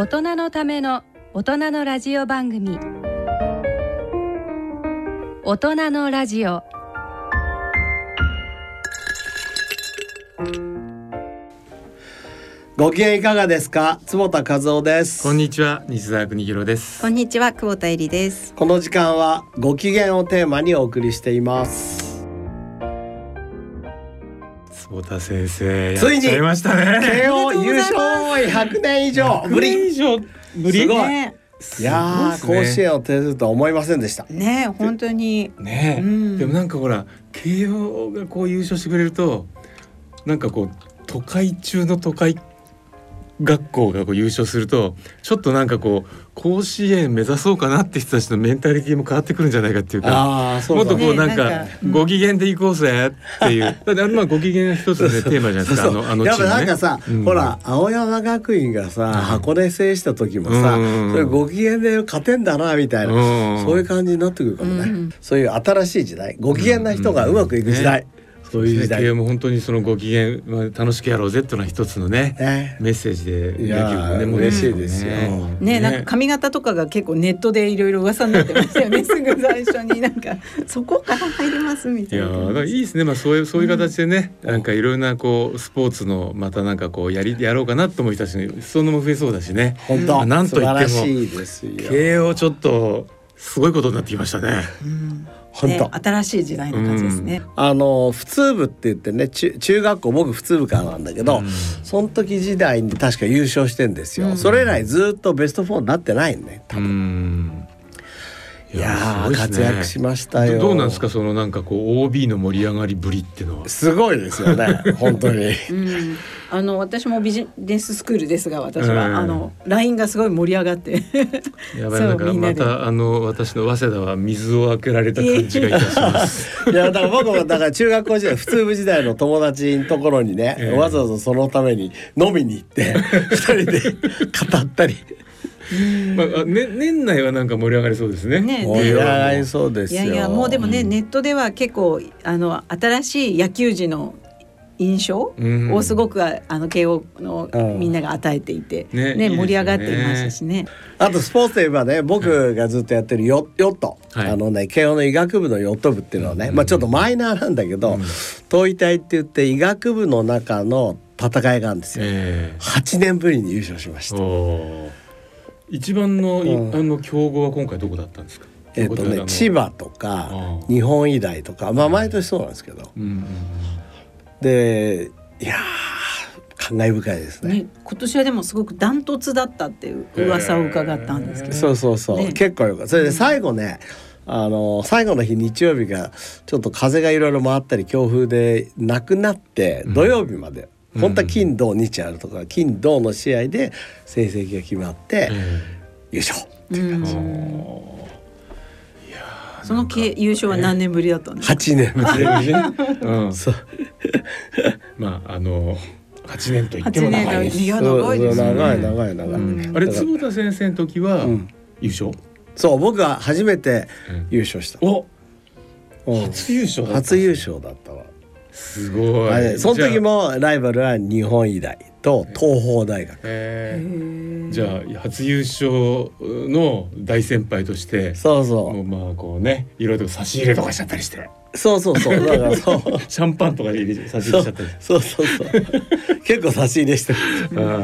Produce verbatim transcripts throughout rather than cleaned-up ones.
大人のための大人のラジオ番組、大人のラジオ。 ご機嫌いかがですか。坪田和夫です。 こんにちは、西澤邦弘です。 こんにちは、久保田恵里です。 この時間はご機嫌をテーマにお送りしています。 坪田先生、ついにやっちゃいましたね。 慶応優勝ひゃくねん以上ぶり。 ひゃくねん以上ぶり。 すごい。 ね、 いやー、甲子園を手ずるとは思いませんでした。 ね、本当にね、うん、でもなんかほら、慶応がこう優勝してくれると、なんかこう都会中の都会学校がこう優勝すると、ちょっとなんかこう甲子園目指そうかなって人たちのメンタリティも変わってくるんじゃないかっていうか、 あ、そうもっとこうなんか、 ね、なんか、 うん、ご機嫌でいこうぜっていうだってあのまあご機嫌が一つの、ね、テーマじゃないですか。 そうそう、あのあのチームね、やっぱなんかさ、うん、ほら青山学院がさ、うん、箱根制した時もさ、うん、それご機嫌で勝てんだなみたいな、うん、そういう感じになってくるかもね、うん、そういう新しい時代、ご機嫌な人がうまくいく時代、うんね、そういう時代。慶応も本当にそのご機嫌、まあ、楽しくやろうぜっていうのは一つのね、ね、メッセージで、 いやー、ね、もう嬉しいですよ、 ねね、なんか髪型とかが結構ネットでいろいろ噂になってましたよね。すぐ最初になんかそこから入りますみたいな。いや、だからいいですね、まあ、そういうそういう形でね、うん、なんかいろんなこうスポーツのまたなんかこうやりやろうかなと思う人たちのそのも増えそうだしね。 本当、 まあ、なんといっても素晴らしいですよ。 慶応ちょっとすごいことになってきましたね。 うん、 本当、 ね、新しい時代の感じですね、 うん、あの普通部って言ってね、中, 中学校僕普通部からなんだけど、うん、その時時代に確か優勝してんですよ、うん、それ以来ずっとベストフォーになってないね、多分。うん、いやー、ね、活躍しましたよ。 どうなんですか、そのなんかこう オービー の盛り上がりぶりっていうのは。 すごいですよね本当に、 うん、あの私もビジネススクールですが、私は、うん、あの ライン がすごい盛り上がってやばい、なんかまたあの私の早稲田は水を開けられた感じがいたしますいや、だから僕もだから中学校時代普通部時代の友達のところにね、えー、わざわざそのために飲みに行ってふたりで語ったりまあね、年内はなんか盛り上がりそうですね。 ね、 盛り上がりそうですよ。 いやいや、もうでもね、うん、ネットでは結構あの新しい野球児の印象をすごく、うん、あの慶応のみんなが与えていて、うん、ねね、盛り上がっていましたしね。 あとスポーツといえばね、僕がずっとやってるヨ、ヨット、はい、あのね、慶応の医学部のヨット部っていうのはね、うん、まあ、ちょっとマイナーなんだけど、うん、東医大って言って医学部の中の戦いがあるんですよ、えー、はちねんぶりに優勝しました。 一番の、うん、あの強豪は今回どこだったんですか。 えっとね、千葉とか日本医大とか、まあ毎年そうなんですけど、うんうんうん、で、いやー、感慨深いですね。ね、 今年はでもすごくダントツだったっていう噂を伺ったんですけど、 そうそうそう、ね、結構よかった。それで最後ね、あの最後の日日曜日がちょっと風がいろいろ回ったり強風でなくなって土曜日まで、うん、本当は金土日あるとか、金土の試合で成績が決まって、うん、優勝っていう感じ、うん、 いや、その優勝は何年ぶりだったんですか。 はちねんぶりね、うん、そうまああのはちねんと言っても長いです。 いや、長いですね。 長い長い長い、うん、 あれ、坪田先生の時は優勝、うん、 そう、僕は初めて優勝した、うん、 お、初優勝だった。 初優勝だったわ。 すごい、 ね、その時もライバルは日本医大と東邦大学。 へー、じゃあ初優勝の大先輩として、 そうそう、 もうまあこうね、いろいろ差し入れとかしちゃったりして、 そうそうそう、だからそうシャンパンとか入れ差し入れしちゃったり、 そうそうそうそう結構差し入れしてるあ、うん、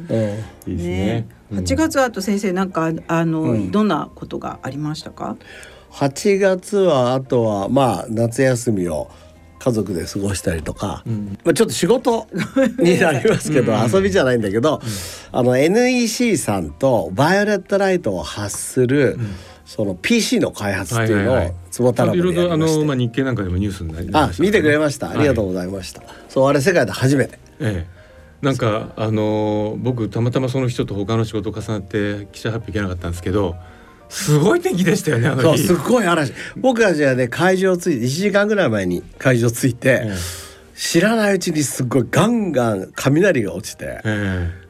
いいですね。ね、 はちがつはあと先生、なんかあの、うん、どんなことがありましたか。 はちがつはあとはまあ夏休みを家族で過ごしたりとか、うん、まあ、ちょっと仕事になりますけど遊びじゃないんだけど、うん、あの エヌイーシー さんとバイオレットライトを発する、うん、その ピーシー の開発っていうのを坪田ラボでやりまして、いろいろあの、 まあ、日経なんかでもニュースになりました、ね、 あ、見てくれました、ありがとうございました、はい、そう、あれ世界で初めて、 ええ、なんかあの僕たまたまその人と他の仕事を重なって記者発表行けなかったんですけど、すごい天気でしたよね、あの日。 そう、すごい嵐。僕たちはね、会場着いていちじかんぐらい前に会場着いて、うん、知らないうちにすごいガンガン雷が落ちて、うん、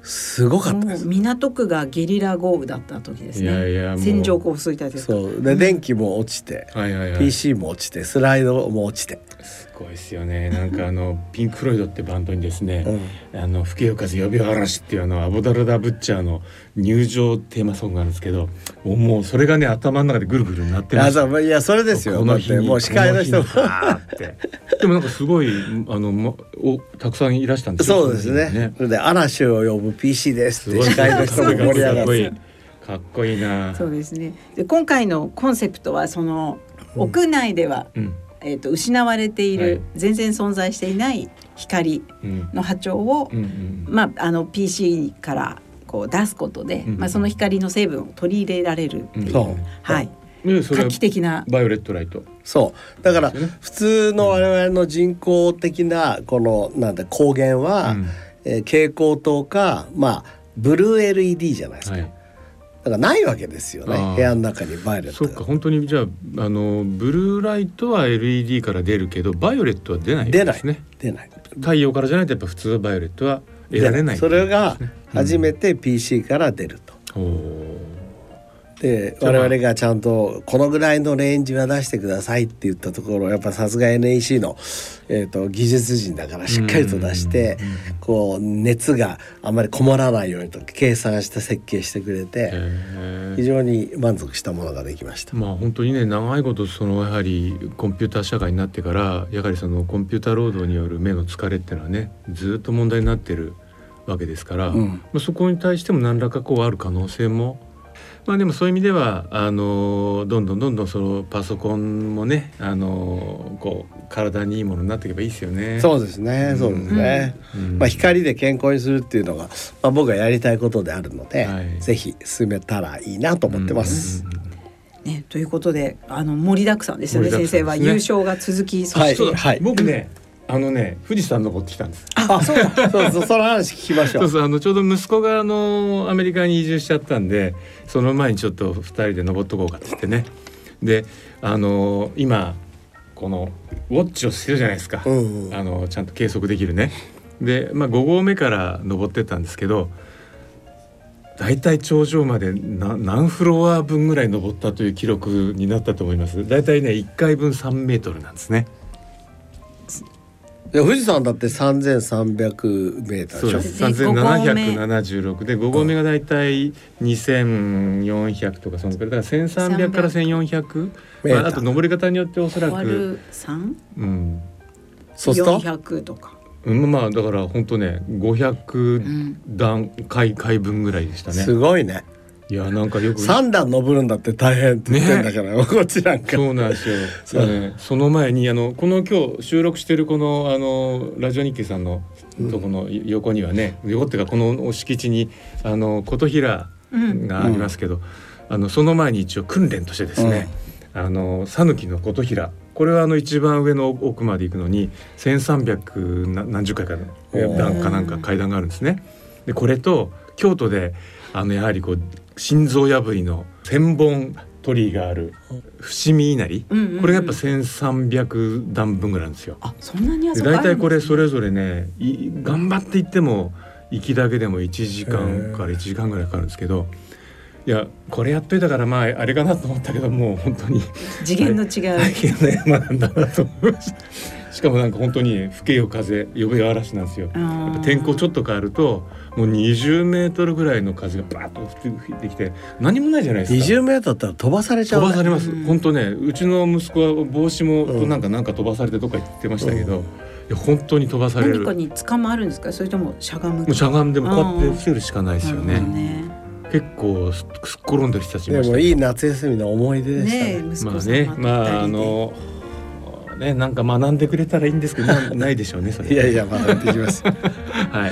すごかったです。 港区がゲリラ豪雨だった時ですね。 いやいや線状降水帯ですか。 そうで、電気も落ちて、 はいはいはい、 ピーシー も落ちて、スライドも落ちて、 すごいですよね。なんかあのピンク・フロイドってバンドにですね、 うん、 あの吹けよ風呼び嵐っていうあのアボダルダ・ブッチャーの入場テーマソングがあるんですけど、もうそれがね頭の中でぐるぐるになってました。 いやそれですよ。だってもう司会の人がってでもなんかすごいあの、ま、おたくさんいらしたんですよ。 そうですね。で嵐を呼ぶ ピーシー ですって司会の人が盛り上がって、 かっこいいな。 そうですね。で今回のコンセプトはその、うん、屋内では、うんえー、と失われている、はい、全然存在していない光の波長を、うんうんうんまあ、あの ピーシー からこう出すことで、うんうんまあ、その光の成分を取り入れられるっていう、うん、はい、画期的なバイオレットライト。 そうだから普通の我々の人工的なこのなんだ光源は、うんえー、蛍光灯か、まあ、ブルー エルイーディー じゃないですか、はいだからないわけですよね。部屋の中にバイオレットが。 そっか本当にじゃあ、あのブルーライトは エルイーディー から出るけどバイオレットは出ないんですね。 出ない。 太陽からじゃないとやっぱ普通はバイオレットは得られない、ね、 それが初めて ピーシー から出ると。うんで我々がちゃんとこのぐらいのレンジは出してくださいって言ったところやっぱさすが エヌイーシー の、えーと、技術陣だからしっかりと出してこう熱があまりこもらないようにと計算して設計してくれて非常に満足したものができました。 まあ本当にね長いことそのやはりコンピューター社会になってからやはりそのコンピューター労働による目の疲れっていうのはねずっと問題になってるわけですから、うんまあ、そこに対しても何らかこうある可能性もまあでもそういう意味ではあのどんどんどんどんそのパソコンもねあのこう体にいいものになっていけばいいですよね。 そうですね、そうですね、うんまあ、光で健康にするっていうのが、まあ、僕がやりたいことであるので、はい、ぜひ進めたらいいなと思ってます、うんうんね、ということであの盛りだくさんですよね。先生は優勝が続きそして、 はいはい、僕ねあのね富士山登ってきたんです。 あ、そうだ。そうそうその話聞きましょう。 そうそうあのちょうど息子があのアメリカに移住しちゃったんでその前にちょっとふたりで登っとこうかって言ってね。であの今このウォッチをしてるじゃないですか。うんうん、あのちゃんと計測できるね。でまあご合目から登ってったんですけど。だいたい頂上までな何フロア分ぐらい登ったという記録になったと思います。だいたいねいっかいぶんさんメートルなんですね。 いや富士山だってさんぜんさんびゃくメーターでしょ。そうです。 さんぜんななひゃくななじゅうろくでご合目がだいたいにせんよんひゃくとかそのくらいだからせんさんびゃくからせんよんひゃく、まあ、あと登り方によっておそらくさん、 うん、そうするとよんひゃくとか、 うん、まあだから本当ねごひゃく段階回分ぐらいでしたね。 すごいね。 いやなんかよくさん段登るんだって大変って言ってんだから、ね、こっちなんかそうなんですよ。そう、ね、その前にあのこの今日収録してるこのあのラジオ日経さんのとこの横にはね、うん、横っていうかこの敷地にあの琴平がありますけど、うん、あのその前に一応訓練としてですね、うん、あの讃岐の琴平これはあの一番上の奥まで行くのにせんさんびゃく何十回かの段かなんか階段があるんですね。でこれと京都であのやはりこう心臓破りの千本鳥居がある伏見稲荷、うんうんうん、これがやっぱせんさんびゃく段分ぐらいなんですよ。 あ、そんなにあそこあるんですね。 だいたいこれそれぞれね頑張っていっても行きだけでもいちじかんからいちじかんぐらいかかるんですけどいやこれやっといたからまああれかなと思ったけどもう本当に次元の違う大変な山なんだなと思いました。しかもなんか本当に吹けよ風呼べよ嵐なんですよ。やっぱ天候ちょっと変わるともうにじゅうメートルぐらいの風がバーッと吹いてきて何もないじゃないですか。 にじゅうメートルだったら飛ばされちゃう、ね、 飛ばされます。本当ねうちの息子は帽子もとなんかなんか飛ばされてどっか行ってましたけど、うん、いや本当に飛ばされる。 何かに捕まるんですか。それともしゃがむ。 もうしゃがんでもこうやって伏せるしかないですよね。ね結構すっ転んでる人たちいました。 でもいい夏休みの思い出でしたね。 ねまあねまああのね、なんか学んでくれたらいいんですけど な, ないでしょうねそれ。 いやいや学んできますはい、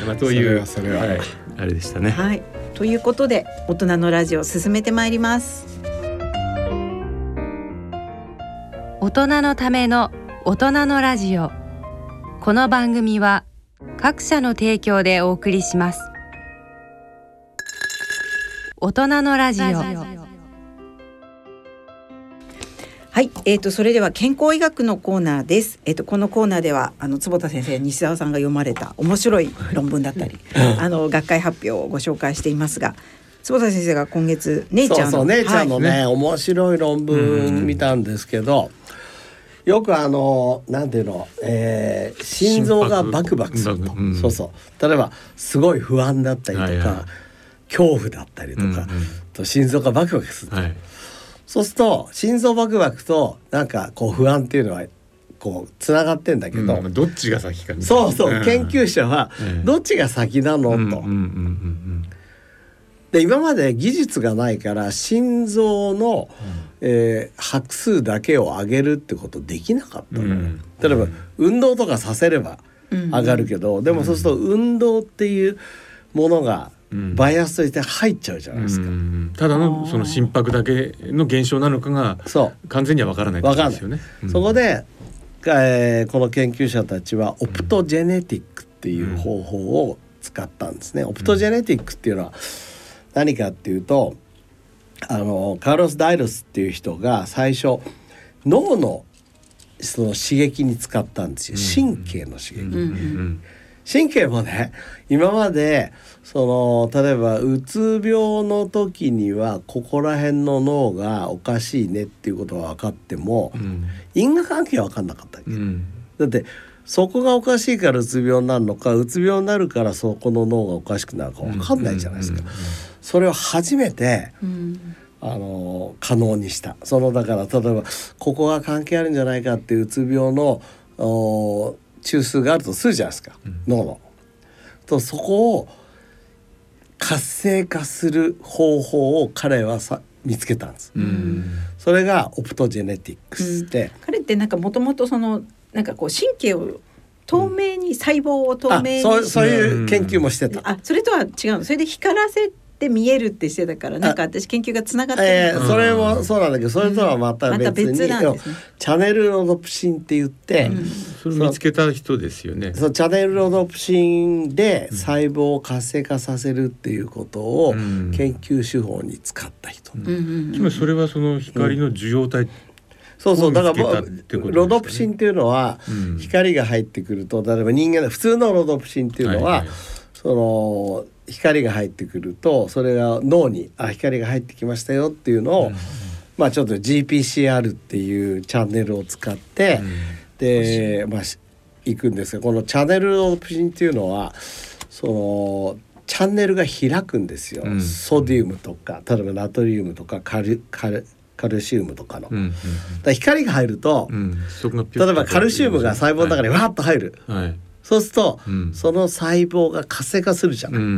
まあ、というそれはそれは、 はい、あれでしたね、 はい、ということで大人のラジオ進めてまいります。 大人のための大人のラジオ。この番組は各社の提供でお送りします。大人のラジオ。 はい、えー、とそれでは健康医学のコーナーです。えー、とこのコーナーではあの坪田先生、西澤さんが読まれた面白い論文だったりあの学会発表をご紹介していますが、坪田先生が今月ネイチャーのそうそうネイチャーのね、 はい、 面白い論文見たんですけど、よくあのなんていうの、えー、心臓がバクバクすると、うん、そうそう例えばすごい不安だったりとか、はいはい、恐怖だったりとか、うんうん、と心臓がバクバクすると、はい、そうすると心臓バクバクとなんかこう不安っていうのはこうつながってんだけど、 うん、どっちが先かみたいな。 そうそう、うん、研究者はどっちが先なの、うん、と、うんうんうんうん、で今まで技術がないから心臓の、うんえー、拍数だけを上げるってことできなかったの、うん、例えば、うん、運動とかさせれば上がるけど、うん、でもそうすると運動っていうものがバイアスとして入っちゃうじゃないですか、うん、 ただのその心拍だけの現象なのかが完全には分からないってことですよね。 うん、そこで、えー、この研究者たちはオプトジェネティックっていう方法を使ったんですね。オプトジェネティックっていうのは何かっていうと、あのカルロス・ダイロスっていう人が最初脳のその刺激に使ったんですよ。神経の刺激、うんうん、神経もね今までその例えばうつ病の時にはここら辺の脳がおかしいねっていうことは分かっても、うん、因果関係は分かんなかったわけです、うん、だってそこがおかしいからうつ病になるのかうつ病になるからそこの脳がおかしくなるか分かんないじゃないですか、うんうんうんうん、それを初めて、うんあの可能にした。そのだから例えばここが関係あるんじゃないかっていううつ病の中枢があるとするじゃないですか、うん、脳のとそこを活性化する方法を彼はさ見つけたんです、うん、それがオプトジェネティックスで、うん、 彼ってなんかもともとそのなんかこう神経を透明に、うん、細胞を透明にそう、そういう研究もしてた、 うん、あそれとは違う。それで光らせで見えるってしてたからなんか私研究がつながってる、 えー、それもそうなんだけどそれとはまた別に、うん、また別なんですね。チャネルロドプシンって言って、うん、 それ見つけた人ですよね。 そのチャネルロドプシンで細胞を活性化させるっていうことを研究手法に使った人、うんうん、つまりそれはその光の受容体、うん、 そうそうだからロドプシンっていうのは光が入ってくると例えば人間の普通のロドプシンっていうのは、はいはい、その光が入ってくるとそれが脳にあ光が入ってきましたよっていうのを、うん、まあちょっと ジーピーシーアール っていうチャンネルを使って、うん、でまあ行くんですがこのチャンネルロドプシンっていうのはそのチャンネルが開くんですよ、うん、ソディウムとか例えばナトリウムとかカルカルカルシウムとかの、うんうんうん、だ光が入ると、うん、例えばカルシウムが細胞の中にわーっと入る、はいはいそうすると、うん、その細胞が活性化するじゃない、うんうん、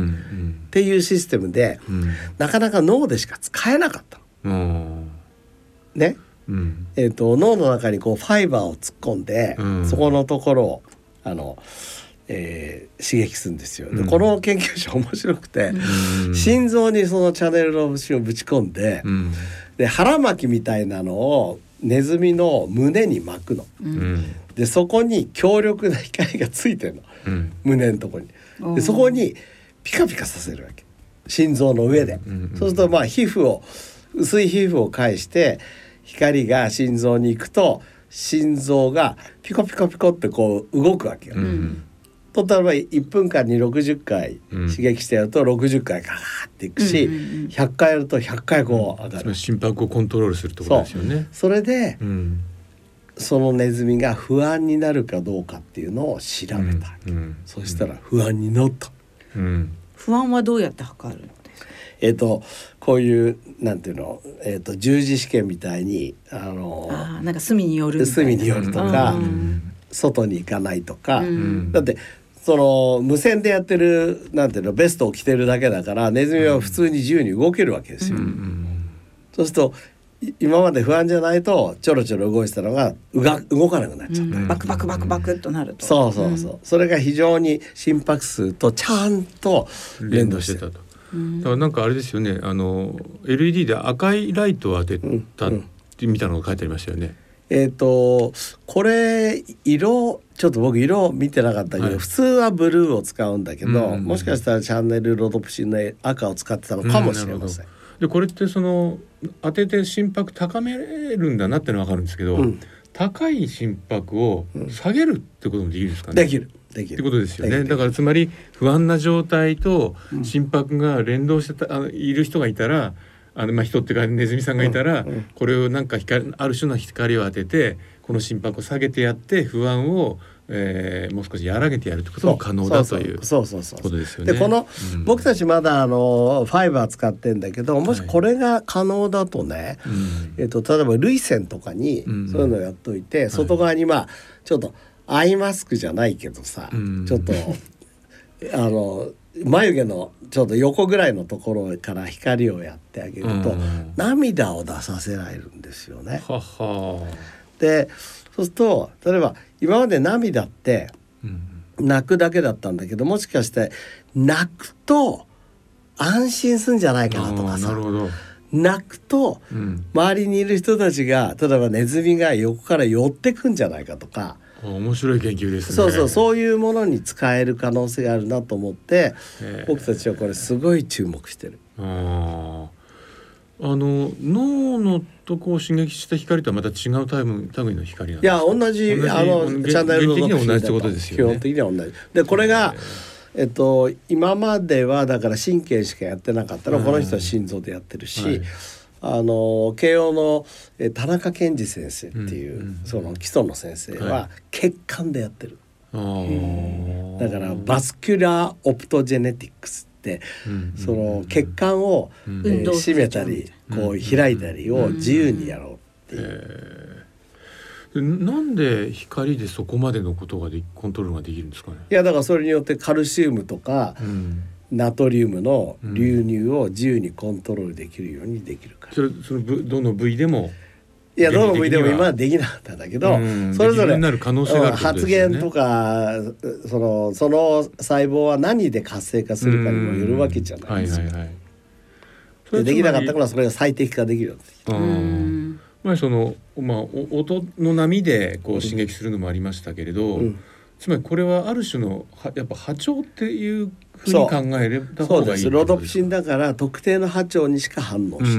っていうシステムで、うん、なかなか脳でしか使えなかったの、ね、うん、えーと、脳の中にこうファイバーを突っ込んで、うん、そこのところをあの、えー、刺激するんですよ。で、うん、この研究者面白くて、うん、心臓にそのチャネルロドプシンをぶち込んで、うん、で腹巻きみたいなのをネズミの胸に巻くの、うん、でそこに強力な光がついてるの、うん、胸のところにでそこにピカピカさせるわけ心臓の上で、うんうんうん、そうするとまあ皮膚を薄い皮膚を介して光が心臓に行くと心臓がピコピコピコってこう動くわけよ、うん、と例えばいっぷんかんにろくじゅっかい刺激してやるとろくじゅっかいガーっていくし、うんうんうん、ひゃっかいやるとひゃっかいこう上がる、 うん、心拍をコントロールするってことですよね。 そ, それで、うん、そのネズミが不安になるかどうかっていうのを調べた、うんうん、そしたら不安になった、 うん、不安はどうやって測るのですか？ えーと、こういうなんていうの、えーと、十字試験みたいにあのあなんか隅による隅によるとか、うん、外に行かないとか、うん、だってその無線でやってるなんていうのベストを着てるだけだからネズミは普通に自由に動けるわけですよ、うんうん、そうすると今まで不安じゃないとちょろちょろ動いてたのがうが動かなくなっちゃった、うん、 バクバクバクバクっとなるとそうそうそう、うん、それが非常に心拍数とちゃんと連動してたと。 だからなんかあれですよねあの エルイーディー で赤いライトを当てたってみたのが書いてありましたよね、 うんうん、えっ、ー、とこれ色ちょっと僕色見てなかったけど、はい、普通はブルーを使うんだけど、うんうんうん、もしかしたらチャンネルロドプシンの赤を使ってたのかもしれません、うん、 でこれってその当てて心拍高めるんだなってのは分かるんですけど、うん、高い心拍を下げるってこともできるんですかね。 できるできるってことですよね。だからつまり不安な状態と心拍が連動してた、あのいる人がいたら、あのまあ人っていうかネズミさんがいたら、うんうん、これをなんか光ある種の光を当ててこの心拍を下げてやって不安を、えー、もう少し和らげてやるってことも可能だということですよね。 でこの、うん、僕たちまだあのファイバー使ってんだけど、もしこれが可能だとね、はい、えー、と例えば涙腺とかにそういうのをやっといて、うん、外側にまあちょっとアイマスクじゃないけどさ、うん、ちょっとあの眉毛のちょっと横ぐらいのところから光をやってあげると、うん、涙を出させられるんですよね。はは。でそうすると例えば今まで涙って、うん、泣くだけだったんだけど、もしかして泣くと安心するんじゃないかなとかさ、なるほど、泣くと周りにいる人たちが、例えばネズミが横から寄ってくんじゃないかとか、 面白い研究ですね。 そうそう、そういうものに使える可能性があるなと思って、僕たちはこれすごい注目してる。 ああの脳のとこを刺激した光とはまた違うタイプ類の光なんですか。 いや同じ、同じあのチャンネルの原理的には同じってことですよね。 基本的には同じで、これがえっと今まではだから神経しかやってなかったの、この人は心臓でやってるし、はい、あの慶応のえ田中健二先生っていう、うんうん、その基礎の先生は血管でやってる、はい、だからバスキュラーオプトジェネティクスって、うんうん、その血管を、うん、えー、締めたりこう開いたりを自由にやろうっていう、 うん、なんで光でそこまでのことがでコントロールができるんですかね。 いやだからそれによってカルシウムとか、うん、ナトリウムの流入を自由にコントロールできるようにできるから、 それその部どの部位でも、 いやどの部位でも今はできなかったんだけど、それぞれ発現とかそのその細胞は何で活性化するかにもよるわけじゃないですか。でできなかったからそれが最適化できるようになってきた。 うんまあそのまあ、音の波でこう刺激するのもありましたけれど、うん、つまりこれはある種のやっぱ波長っていうふうに考えれた方がいい。そうです。 ロドプシンだから特定の波長にしか反応しない。うん、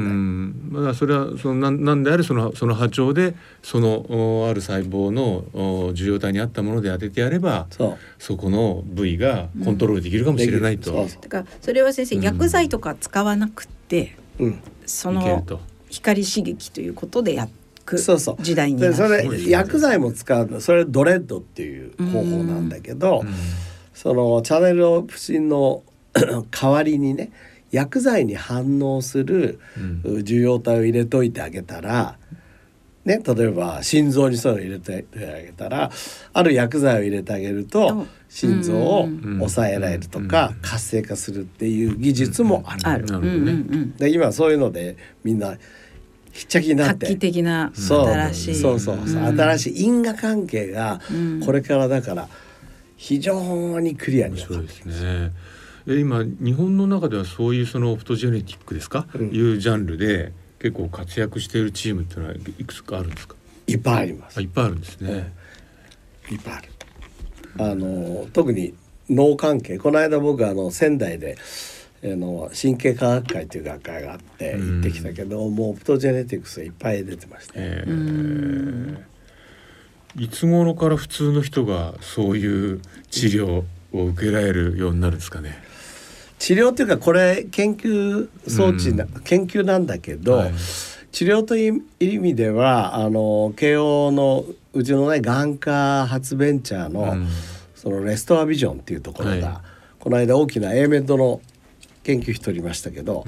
まあ、それはそのななんであれそのその波長でそのある細胞の受容体に合ったもので当ててやれば そ, そこの部位がコントロールできるかもしれないと。うん、そうそう。 だからそれは先生、うん、薬剤とか使わなくて、うん、その光刺激ということでやってそうそう時代になる。 それ薬剤も使うの、それドレッドっていう方法なんだけど、そのチャネルロドプシンの代わりにね、薬剤に反応する受容体を入れといてあげたら、ね、例えば心臓にそういうの入れてあげたら、ある薬剤を入れてあげると心臓を抑えられるとか活性化するっていう技術もある。ある。で今そういうのでみんなひっちゃきになって画期的な新しいそうそうそうそう、うん、新しい因果関係がこれからだから非常にクリアになってきます。そうですね。 え今日本の中ではそういうそのオプトジェネティックですか、うん、いうジャンルで結構活躍しているチームっていうのはいくつかあるんですか。 いっぱいあります。 あ、いっぱいあるんですね、 うん、いっぱいある。あの特に脳関係、この間僕あの仙台での神経科学会という学会があって行ってきたけど、もうオプトジェネティクスいっぱい出てました、ね。えー、 いつ頃から普通の人がそういう治療を受けられるようになるんですかね。 治療っていうかこれ研究装置な、うん、研究なんだけど、はい、治療という意味ではあの慶応のうちのね眼科発ベンチャーの、うん、そのレストアビジョンっていうところが、はい、この間大きな エーメッドの研究費取りましたけど、うん、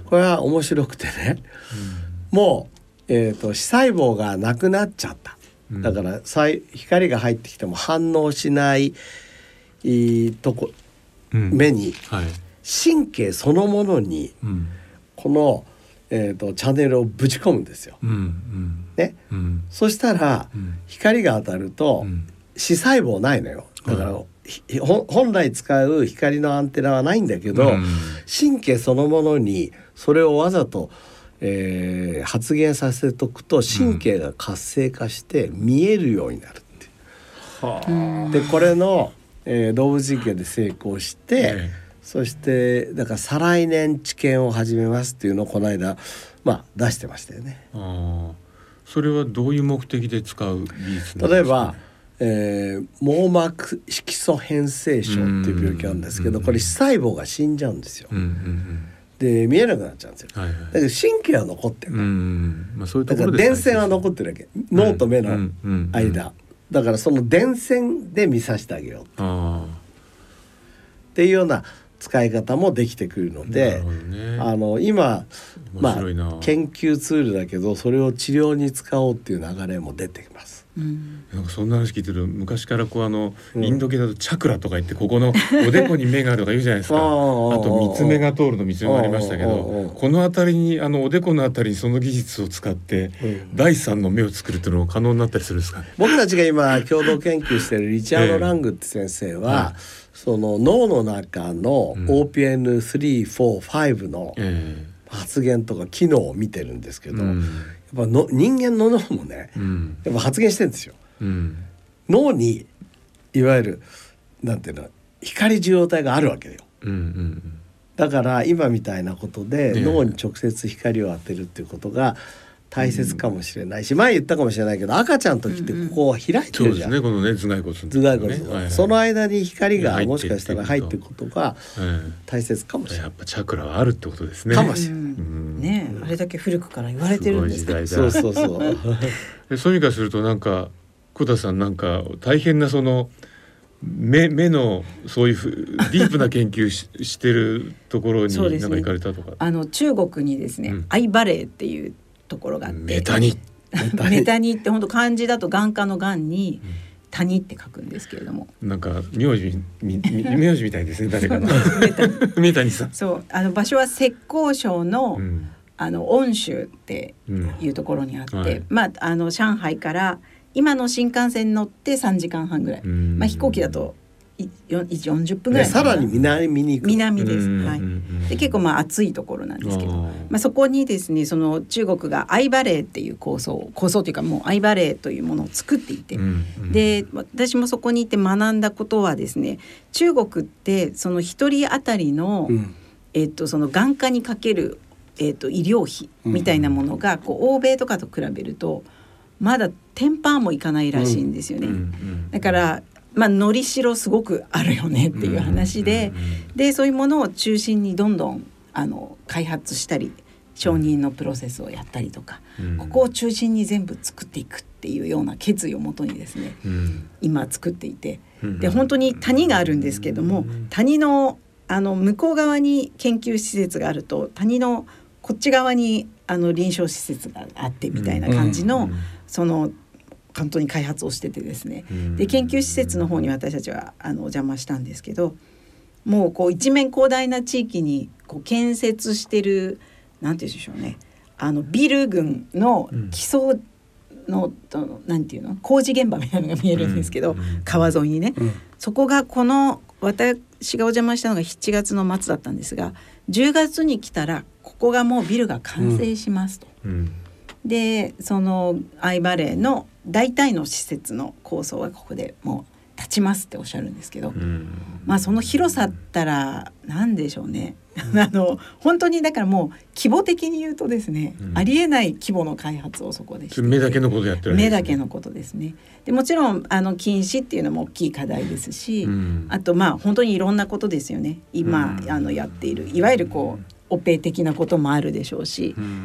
これは面白くてね、うん、もう、えーと、視細胞がなくなっちゃった、うん、だから光が入ってきても反応しないとこ、うん、目に、はい、神経そのものに、うん、この、えーと、チャンネルをぶち込むんですよ、うんうんねうん、そしたら、うん、光が当たると、うん、視細胞ないのよ。だから、はい本来使う光のアンテナはないんだけど、うん、神経そのものにそれをわざと、えー、発現させとくと神経が活性化して見えるようになるって、うん、でこれの、えー、動物実験で成功して、えー、 そしてだから再来年治験を始めますっていうのをこの間、まあ、出してましたよね。 あそれはどういう目的で使う技術なんですか？ 例えば、えー、網膜色素変性症っていう病気なんですけど、これ視細胞が死んじゃうんですよ、うんうんうん、で見えなくなっちゃうんですよ、はいはい、だけど神経は残ってる、うんうんまあ、そういうところでだから電線は残ってるわけ、脳と目の間、うんうんうん、だからその電線で見させてあげようっていうような使い方もできてくるので、ね、あの今、まあ、研究ツールだけどそれを治療に使おうっていう流れも出てきます、 うん、なんかそんな話聞いてる昔からこうあの、うん、インド系だとチャクラとか言ってここのおでこに目があるとか言うじゃないですかあと三つ目が通るの三つ目がありましたけどこの辺りにあのおでこの辺りにその技術を使って、うん、だいさんの目を作るっていうのも可能になったりするんですかね。 僕たちが今共同研究しているリチャード・ラングって先生は、えーその脳の中の オーピーエヌスリー、フォー、ファイブ の発現とか機能を見てるんですけど、うん、やっぱの人間の脳もね、うん、やっぱ発現してるんですよ、うん、脳にいわゆるなんていうの光受容体があるわけよ、うんうんうん、だから今みたいなことで脳に直接光を当てるっていうことが大切かもしれないし、うん、前言ったかもしれないけど赤ちゃんの時ってここを開いてるじゃん、うんうん、そうですねこのね頭蓋骨、ね、頭蓋骨、はいはい、その間に光がもしかしたら入っていくことが大切かもしれない、 やっぱチャクラはあるってことですねかもしれない、うん、ねあれだけ古くから言われてるんですけどそうそうそうそういうかするとなんか小田さんなんか大変なその目, 目のそういうディープな研究 し, してるところになんか行かれたとか、ね、 あの中国にですね、うん、アイバレーっていうところがあってメタニメタニって本当漢字だと眼科の眼に谷って書くんですけれども、 なんか名字み名字みたいですね誰かのメタニさん。 そうあの場所は浙江省の、うん、あの温州っていうところにあって、うんはい、まああの上海から今の新幹線に乗ってさんじかんはんぐらい、まあ、飛行機だとよんじゅっぷんぐらい、 ね、さらに南に行く南です、はい、で結構まあ暑いところなんですけど、まあ、そこにですねその中国がアイバレーっていう構想構想というかもうアイバレーというものを作っていて、うんうん、で私もそこに行って学んだことはですね中国ってその一人当たりの、うんえー、とその眼科にかける、えー、と医療費みたいなものがこう欧米とかと比べるとまだテンパーもいかないらしいんですよね、うんうんうん、だからまあ、のりしろすごくあるよねっていう話で、うんうんうん、でそういうものを中心にどんどんあの開発したり承認のプロセスをやったりとか、うん、ここを中心に全部作っていくっていうような決意をもとにですね、うん、今作っていてで本当に谷があるんですけども、うん、谷の、あの向こう側に研究施設があると谷のこっち側にあの臨床施設があってみたいな感じの、うんうん、その本当に開発をしててですね、で研究施設の方に私たちはあのお邪魔したんですけど、もうこう一面広大な地域にこう建設してるなんていうんでしょうね、あのビル群の基礎の、うん、なんていうの工事現場みたいなのが見えるんですけど、うん、川沿いにね、うん、そこがこの私がお邪魔したのがしちがつの末だったんですが、じゅうがつに来たらここがもうビルが完成しますと、うん、でそのアイバレーの大体の施設の構想はここでもう立ちますっておっしゃるんですけど、うん、まあその広さったら何でしょうねあの本当にだからもう規模的に言うとですね、うん、ありえない規模の開発をそこでして目だけのことやってるんですね。 目だけのことですね。でもちろんあの禁止っていうのも大きい課題ですし、うん、あとまあ本当にいろんなことですよね今、うん、あのやっているいわゆるこうオペ的なこともあるでしょうし、うんうん、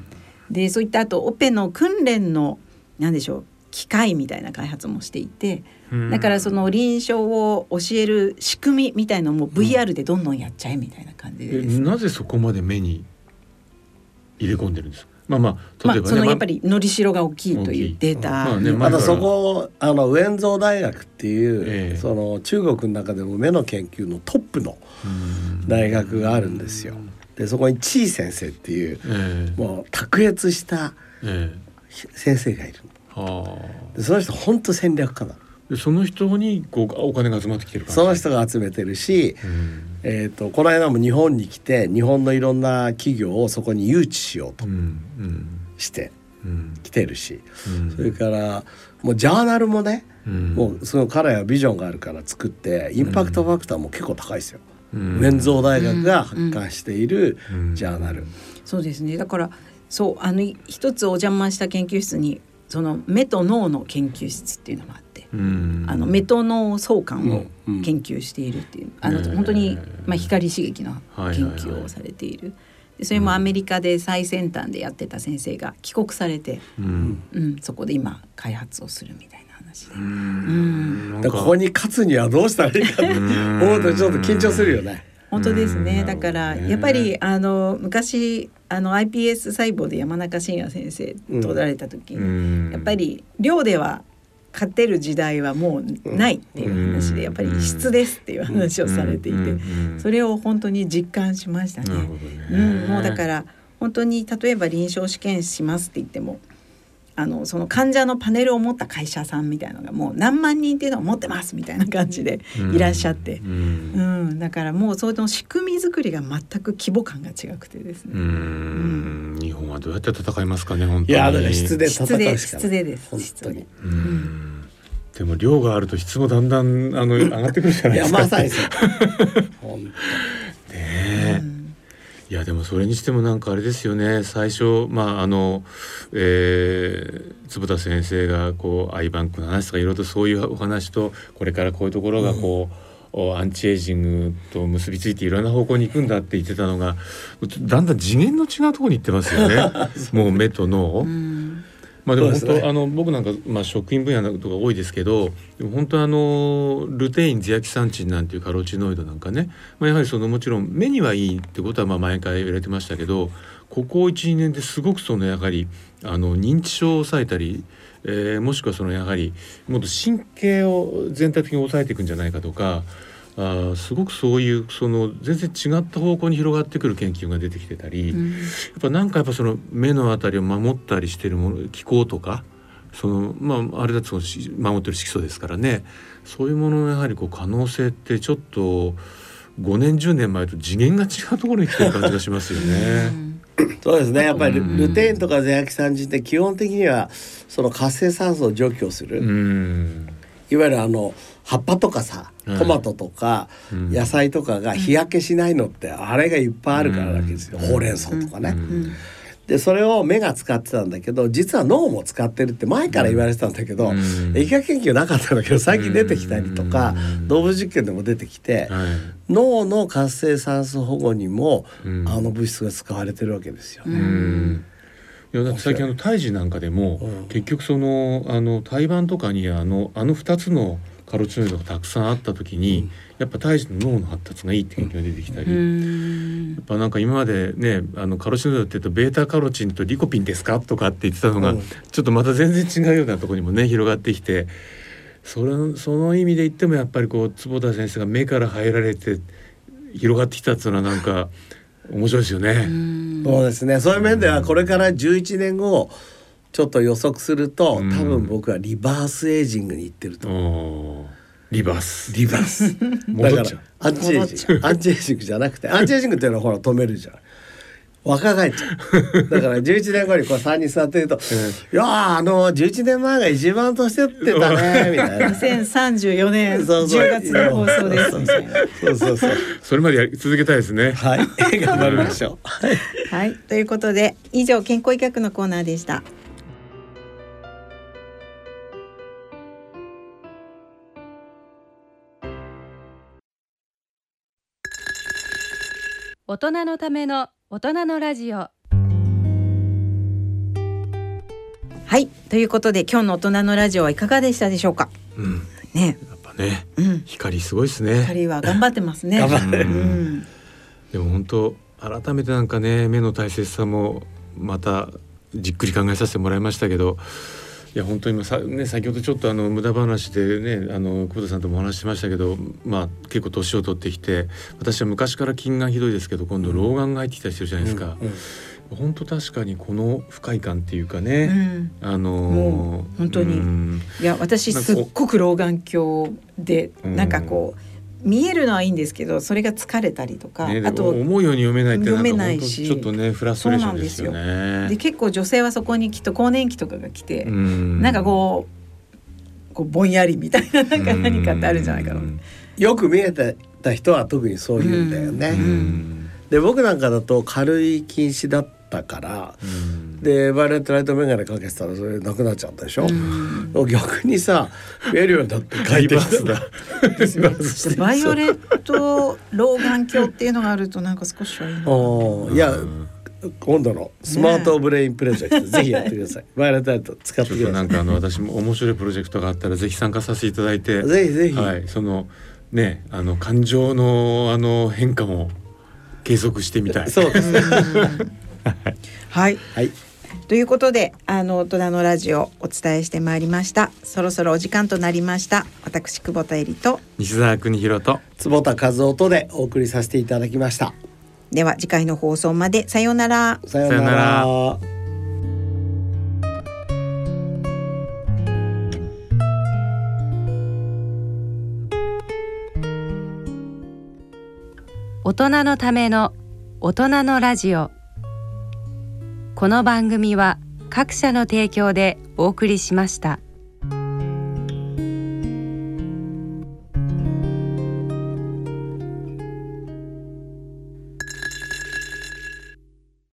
でそういったあとオペの訓練の何でしょう機械みたいな開発もしていて、だからその臨床を教える仕組みみたいのも ブイアール でどんどんやっちゃえみたいな感じでです、 ね、なぜそこまで目に入れ込んでるんですか。まあまあ例えばね、 まあ、そのやっぱりのりしろが大きいというデータ、まあね、 まだそこあのウェンゾー大学っていう、えー、その中国の中でも目の研究のトップの大学があるんですよ。でそこにチー先生っていう、えー、もう卓越した先生がいる、えー、でその人本当戦略家だ。 でその人にこうお金が集まってきてる感じ。 その人が集めてるし、えー、とこの間も日本に来て日本のいろんな企業をそこに誘致しようとして来てるし、うんうん、それからもうジャーナルもね、うん、もうその彼はビジョンがあるから作ってインパクトファクターも結構高いですよ。 ウェンゾー大学が発刊しているジャーナル、うんうん、 そうですね。だからそうあの一つお邪魔した研究室にその目と脳の研究室っていうのもあって、うん、あの目と脳相関を研究しているっていう、うん、あの本当に、まあ、光刺激の研究をされている、はいはいはい、でそれもアメリカで最先端でやってた先生が帰国されて、うんうん、そこで今開発をするみたいな話で、うんうん、ここに勝つにはどうしたらいいかって思うとちょっと緊張するよね。 本当ですね。だからやっぱりあの昔あの アイピーエス 細胞で山中伸也先生とおられた時に、うん、やっぱり量では勝てる時代はもうないっていう話で、やっぱり質ですっていう話をされていて、それを本当に実感しましたね。うん、もうだから本当に例えば臨床試験しますって言ってもあのその患者のパネルを持った会社さんみたいなのがもう何万人っていうのを持ってますみたいな感じでいらっしゃって、うんうんうん、だからもうその仕組み作りが全く規模感が違くてですね、うんうん、日本はどうやって戦いますかね本当に。 いやだから質で戦うしかない。 質でです本当に、うん、 でも量があると質もだんだんあの上がってくるじゃないですか。 いやまさにそう本当ねえ、うん、いやでもそれにしてもなんかあれですよね。最初まああの、えー、坪田先生がこうアイバンクの話とかいろいろとそういうお話とこれからこういうところがこう、うん、アンチエイジングと結びついていろんな方向に行くんだって言ってたのがだんだん次元の違うところに行ってますよねもう目と脳、うん、まあでも本当、ね、あの僕なんか、まあ、食品分野のことが多いですけどでも本当あのルテインゼアキサンチンなんていうカロチノイドなんかね、まあ、やはりそのもちろん目にはいいってことはまあ前から言われてましたけどここ いちにねんですごくそのやはりあの認知症を抑えたり、えー、もしくはそのやはりもっと神経を全体的に抑えていくんじゃないかとかあすごくそういうその全然違った方向に広がってくる研究が出てきてたり、うん、やっぱなんかやっぱその目のあたりを守ったりしてるもの気候とかそのまああれだと守ってる色素ですからねそういうもののやはりこう可能性ってちょっとごねんじゅうねんまえと次元が違うところに来てる感じがしますよね。 うん、そうですねやっぱり ル,、うん、ルテインとかゼアキサンチンって基本的にはその活性酸素を除去する、うん、いわゆるあの葉っぱとかさトマトとか野菜とかが日焼けしないのってあれがいっぱいあるからだけですよ、うん、ほうれん草とかね、うん、でそれを目が使ってたんだけど実は脳も使ってるって前から言われてたんだけど、うん、疫学研究なかったんだけど最近出てきたりとか、うん、動物実験でも出てきて、うん、脳の活性酸素保護にも、うん、あの物質が使われてるわけですよね、うんいやだって最近あの胎児なんかでも、うん、結局そのあの胎盤とかにあのあのふたつのカロチノイドがたくさんあった時に、うん、やっぱ胎児の脳の発達がいいって研究が出てきたり、うん、やっぱなんか今までねあのカロチノイドって言うとベータカロチンとリコピンですかとかって言ってたのが、うん、ちょっとまた全然違うようなところにもね広がってきてそれその意味で言ってもやっぱりこう坪田先生が目から入られて広がってきたっていうのはなんか面白いですよね。 うんそうですねそういう面ではこれからじゅういちねんごちょっと予測すると、うん、多分僕はリバースエイジングにいってると思う。 リバースリバースだからアンチエイジングアンチエイジングじゃなくてアンチエイジングっていうのはほら止めるじゃん若返っちゃうだからじゅういちねんごにこうさんにん座ってると、うん、いやーあのじゅういちねんまえが一番年取ってたねみたいなにせんさんじゅうよねんじゅうがつの放送ですみたいなそうそうそうそれまでやり続けたいですねはい頑張りましょうはい、ということで以上健康医学のコーナーでした。 大人のための大人のラジオ。 はい、ということで今日の大人のラジオはいかがでしたでしょうか。うん、ね、 やっぱね、うん、光すごいですね。 光は頑張ってますね。 頑張ってる。うん、 でも本当改めてなんかね目の大切さもまたじっくり考えさせてもらいましたけど。いや本当にさ、ね、先ほどちょっとあの無駄話でねあの久保田さんともお話ししましたけど、まあ、結構年を取ってきて私は昔から近眼ひどいですけど今度老眼が入ってきたりしてるじゃないですか、うんうん、本当確かにこの不快感っていうかね、うん、あのもう本当に、うん、いや私すっごく老眼鏡でなんかこう、うん見えるのはいいんですけどそれが疲れたりとか、 ね、 あと思うように読めないって読めないしちょっとねフラストレーションですよね。 で結構女性はそこにきっと更年期とかが来てんなんかこうこうぼんやりみたいななんか何かってあるんじゃないかな。 よく見えてた人は特にそういうんだよね、うん、で僕なんかだと軽い近視だったから、うん、でバイオレットライトメガネかけてたらそれなくなっちゃったでしょ、うん、逆にさ見えるようになって快適だバイオレット老眼鏡っていうのがあるとなんか少しはいいのいや今度のスマートブレインプロジェクト、ね、ぜひやってくださいバイオレットライト使ってください。 なんかあの私も面白いプロジェクトがあったらぜひ参加させていただいてぜひぜひ、 はい、そのねあの感情のあの変化も計測してみたい。 そうですねはい、 はい、 ということであの大人のラジオお伝えしてまいりました。そろそろお時間となりました。私久保田恵里と西澤邦弘と坪田和夫とでお送りさせていただきました。 では次回の放送までさようなら。 さようなら。 大人のための大人のラジオ。この番組は各社の提供でお送りしました。